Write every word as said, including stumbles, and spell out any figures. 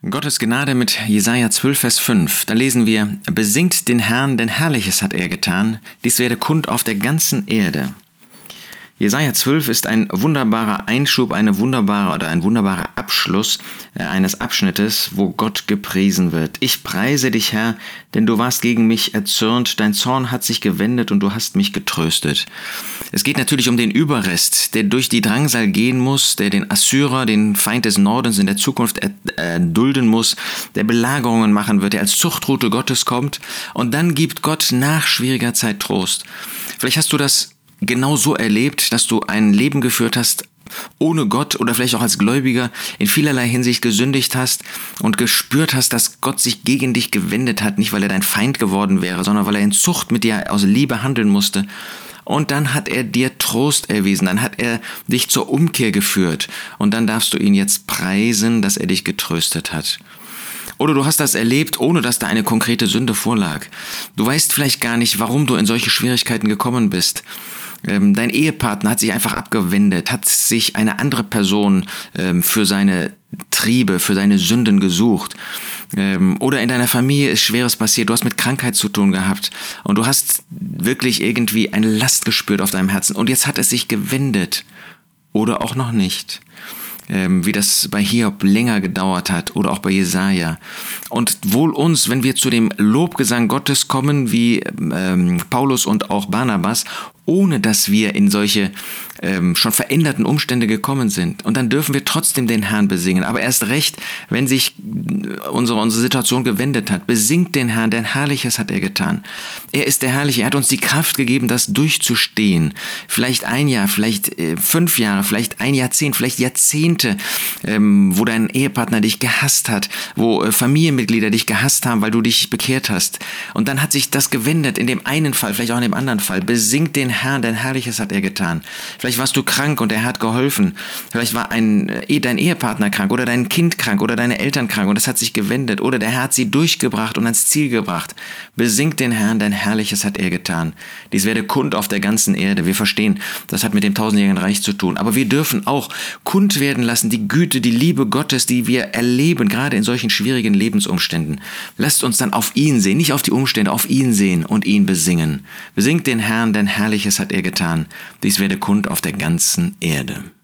Gottes Gnade mit Jesaja zwölf, Vers fünf. Da lesen wir: Besingt den Herrn, denn Herrliches hat er getan. Dies werde kund auf der ganzen Erde. Jesaja zwölf ist ein wunderbarer Einschub, eine wunderbare oder ein wunderbarer Abschluss eines Abschnittes, wo Gott gepriesen wird. Ich preise dich, Herr, denn du warst gegen mich erzürnt, dein Zorn hat sich gewendet und du hast mich getröstet. Es geht natürlich um den Überrest, der durch die Drangsal gehen muss, der den Assyrer, den Feind des Nordens in der Zukunft erdulden muss, der Belagerungen machen wird, der als Zuchtrute Gottes kommt, und dann gibt Gott nach schwieriger Zeit Trost. Vielleicht hast du das genau so erlebt, dass du ein Leben geführt hast ohne Gott oder vielleicht auch als Gläubiger in vielerlei Hinsicht gesündigt hast und gespürt hast, dass Gott sich gegen dich gewendet hat, nicht weil er dein Feind geworden wäre, sondern weil er in Zucht mit dir aus Liebe handeln musste. Und dann hat er dir Trost erwiesen, dann hat er dich zur Umkehr geführt und dann darfst du ihn jetzt preisen, dass er dich getröstet hat. Oder du hast das erlebt, ohne dass da eine konkrete Sünde vorlag. Du weißt vielleicht gar nicht, warum du in solche Schwierigkeiten gekommen bist. Ähm, dein Ehepartner hat sich einfach abgewendet, hat sich eine andere Person ähm, für seine Triebe, für seine Sünden gesucht. Ähm, oder in deiner Familie ist Schweres passiert, du hast mit Krankheit zu tun gehabt und du hast wirklich irgendwie eine Last gespürt auf deinem Herzen und jetzt hat es sich gewendet. Oder auch noch nicht. Ähm, wie das bei Hiob länger gedauert hat oder auch bei Jesaja. Und wohl uns, wenn wir zu dem Lobgesang Gottes kommen, wie ähm, Paulus und auch Barnabas, ohne dass wir in solche ähm, schon veränderten Umstände gekommen sind. Und dann dürfen wir trotzdem den Herrn besingen. Aber erst recht, wenn sich unsere, unsere Situation gewendet hat. Besingt den Herrn, denn Herrliches hat er getan. Er ist der Herrliche. Er hat uns die Kraft gegeben, das durchzustehen. Vielleicht ein Jahr, vielleicht äh, fünf Jahre, vielleicht ein Jahrzehnt, vielleicht Jahrzehnte, ähm, wo dein Ehepartner dich gehasst hat, wo äh, Familienmitglieder dich gehasst haben, weil du dich bekehrt hast. Und dann hat sich das gewendet in dem einen Fall, vielleicht auch in dem anderen Fall. Besingt den Herrn, denn Herrliches hat er getan. Vielleicht warst du krank und er hat geholfen. Vielleicht war ein, eh, dein Ehepartner krank oder dein Kind krank oder deine Eltern krank und es hat sich gewendet. Oder der Herr hat sie durchgebracht und ans Ziel gebracht. Besingt den Herrn, denn Herrliches hat er getan. Dies werde kund auf der ganzen Erde. Wir verstehen, das hat mit dem tausendjährigen Reich zu tun. Aber wir dürfen auch kund werden lassen, die Güte, die Liebe Gottes, die wir erleben, gerade in solchen schwierigen Lebensumständen. Lasst uns dann auf ihn sehen, nicht auf die Umstände, auf ihn sehen und ihn besingen. Besingt den Herrn, denn Herrliches hat er getan. Dies werde kund auf der ganzen Erde.